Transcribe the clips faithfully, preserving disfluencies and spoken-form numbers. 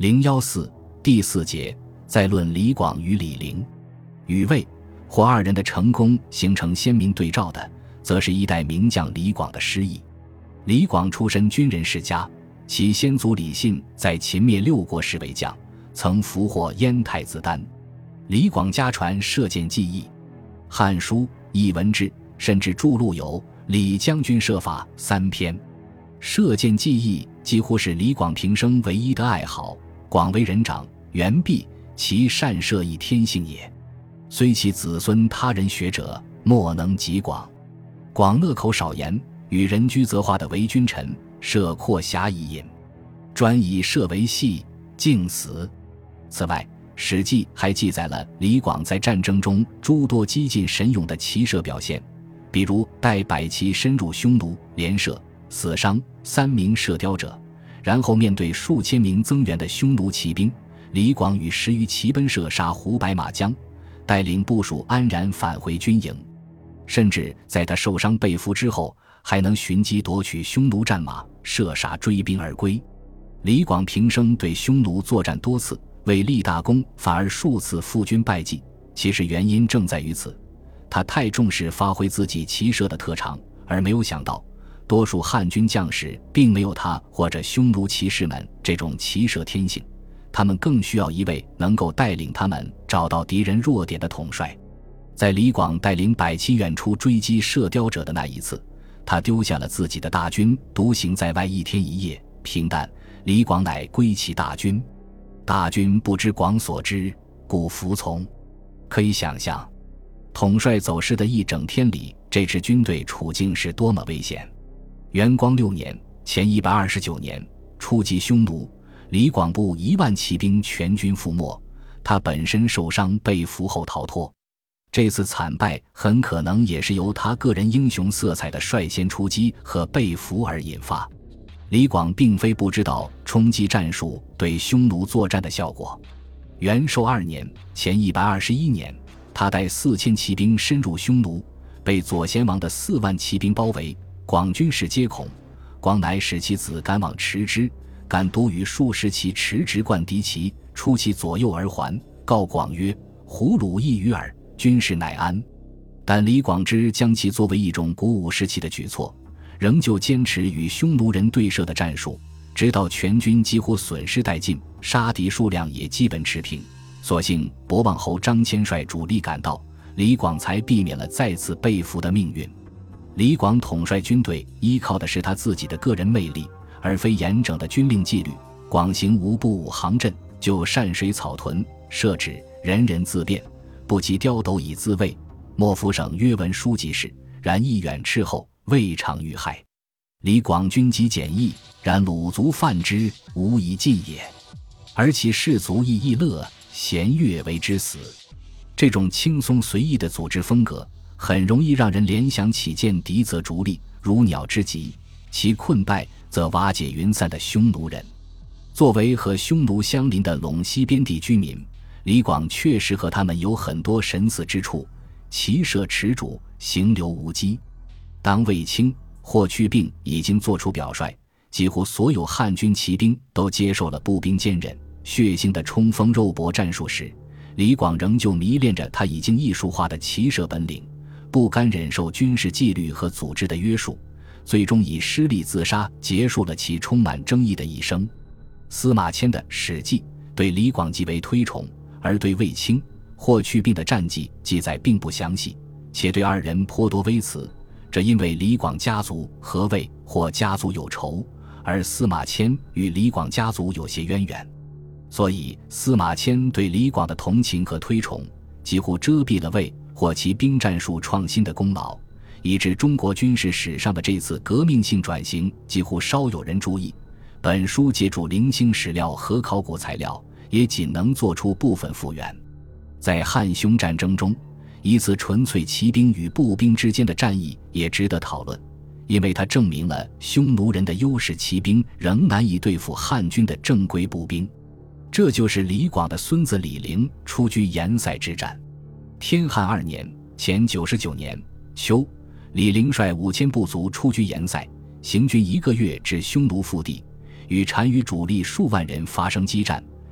零一四第四节，再论李广与李陵。与魏、霍二人的成功形成鲜明对照的，则是一代名将李广的失意。李广出身军人世家，其先祖李信在秦灭六国时为将，曾俘获燕太子丹。李广家传射箭技艺，《汉书》《艺文志》甚至著录有《李将军射法》三篇。射箭技艺几乎是李广平生唯一的爱好，广为人长，言必其善射亦天性也。虽其子孙他人学者，莫能及广。广乐口少言，与人居则化的为君臣，射阔狭以引，专以射为戏，竟死。此外，《史记》还记载了李广在战争中诸多激进神勇的骑射表现，比如带百骑深入匈奴，连射死伤三名射雕者，然后面对数千名增援的匈奴骑兵，李广与十余骑奔射杀胡白马江，带领部属安然返回军营。甚至在他受伤被俘之后，还能寻机夺取匈奴战马，射杀追兵而归。李广平生对匈奴作战多次，为立大功反而数次负军败绩，其实原因正在于此，他太重视发挥自己骑射的特长，而没有想到多数汉军将士并没有他或者匈奴骑士们这种骑射天性，他们更需要一位能够带领他们找到敌人弱点的统帅。在李广带领百骑远出追击射雕者的那一次，他丢下了自己的大军，独行在外一天一夜。平淡，李广乃归其大军。大军不知广所知，故服从。可以想象，统帅走失的一整天里，这支军队处境是多么危险。元光六年前一百二十九年，出击匈奴，李广部一万骑兵全军覆没，他本身受伤被俘后逃脱。这次惨败很可能也是由他个人英雄色彩的率先出击和被俘而引发。李广并非不知道冲击战术对匈奴作战的效果。元寿二年前一百二十一年，他带四千骑兵深入匈奴，被左贤王的四万骑兵包围，广军士皆恐。广乃使其子赶往驰之，赶独与数十骑驰直贯敌骑，出其左右而还，告广曰：胡虏亦与尔，军士乃安。但李广之将其作为一种鼓舞士气的举措，仍旧坚持与匈奴人对射的战术，直到全军几乎损失殆尽，杀敌数量也基本持平。所幸博望侯张骞率主力赶到，李广才避免了再次被俘的命运。李广统帅军队依靠的是他自己的个人魅力，而非严整的军令纪律。广行无不五行阵，就善水草屯，设置人人自便，不及刁斗以自卫。莫夫省约闻书即事，然亦远斥后，未尝遇害。李广军极简易，然鲁族犯之，无以尽也。而其士卒亦易乐，弦乐为之死。这种轻松随意的组织风格，很容易让人联想起见敌则逐利，如鸟之疾，其困败则瓦解云散的匈奴人。作为和匈奴相邻的陇西边地居民，李广确实和他们有很多神似之处，骑射持主，行流无羁。当卫青、霍去病已经做出表率，几乎所有汉军骑兵都接受了步兵坚韧、血腥的冲锋肉搏战术时，李广仍旧迷恋着他已经艺术化的骑射本领，不甘忍受军事纪律和组织的约束，最终以失利自杀结束了其充满争议的一生。司马迁的《史记》对李广极为推崇，而对卫青、霍去病的战绩记载并不详细，且对二人颇多微词，这因为李广家族和卫或家族有仇，而司马迁与李广家族有些渊源，所以司马迁对李广的同情和推崇几乎遮蔽了卫或其兵战术创新的功劳，以致中国军事史上的这次革命性转型几乎稍有人注意。本书借助零星史料和考古材料，也仅能做出部分复原。在汉匈战争中，一次纯粹骑兵与步兵之间的战役也值得讨论，因为它证明了匈奴人的优势骑兵仍难以对付汉军的正规步兵。这就是李广的孙子李陵出居延塞之战。天汉二年前九十九年秋，李陵率五千部族出居延塞，行军一个月至匈奴腹地，与单于主力数万人发生激战，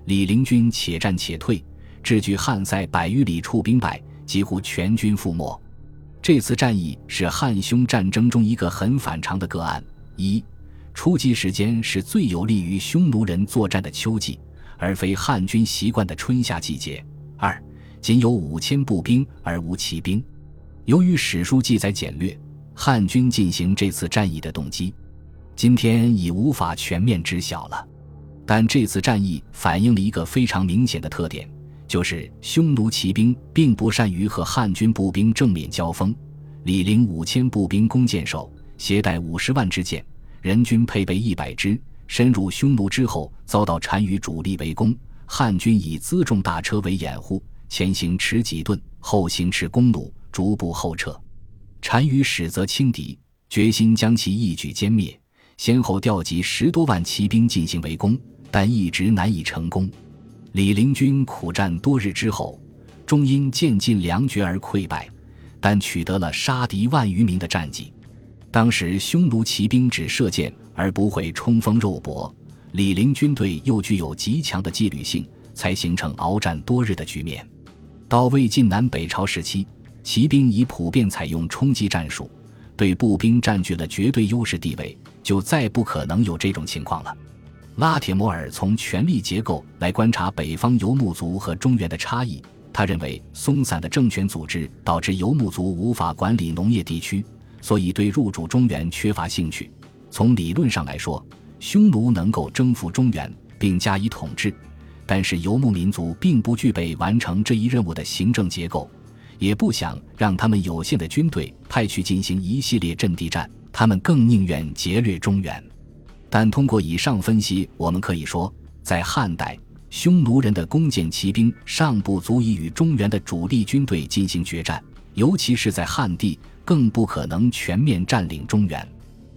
李陵军且战且退，智据汉塞百余里处兵败，几乎全军覆没。这次战役是汉匈战争中一个很反常的个案：一、初期时间是最有利于匈奴人作战的秋季，而非汉军习惯的春夏季节；二、仅有五千步兵而无骑兵。由于史书记载简略，汉军进行这次战役的动机，今天已无法全面知晓了。但这次战役反映了一个非常明显的特点，就是匈奴骑兵并不善于和汉军步兵正面交锋。李陵五千步兵弓箭手，携带五十万支箭，人均配备一百支，深入匈奴之后，遭到单于主力围攻。汉军以辎重大车为掩护，前行持戟盾，后行持弓弩，逐步后撤。单于始则轻敌，决心将其一举歼灭，先后调集十多万骑兵进行围攻，但一直难以成功。李陵军苦战多日之后，终因渐进粮绝而溃败，但取得了杀敌万余名的战绩。当时匈奴骑兵只射箭而不会冲锋肉搏，李陵军队又具有极强的纪律性，才形成鏖战多日的局面。到魏晋南北朝时期，骑兵已普遍采用冲击战术，对步兵占据了绝对优势地位，就再不可能有这种情况了。拉铁摩尔从权力结构来观察北方游牧族和中原的差异，他认为松散的政权组织导致游牧族无法管理农业地区，所以对入主中原缺乏兴趣。从理论上来说，匈奴能够征服中原并加以统治，但是游牧民族并不具备完成这一任务的行政结构，也不想让他们有限的军队派去进行一系列阵地战，他们更宁愿劫掠中原。但通过以上分析，我们可以说，在汉代，匈奴人的弓箭骑兵尚不足以与中原的主力军队进行决战，尤其是在汉地，更不可能全面占领中原。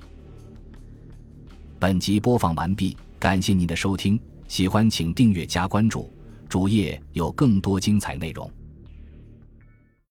本集播放完毕，感谢您的收听，喜欢请订阅加关注，主页有更多精彩内容。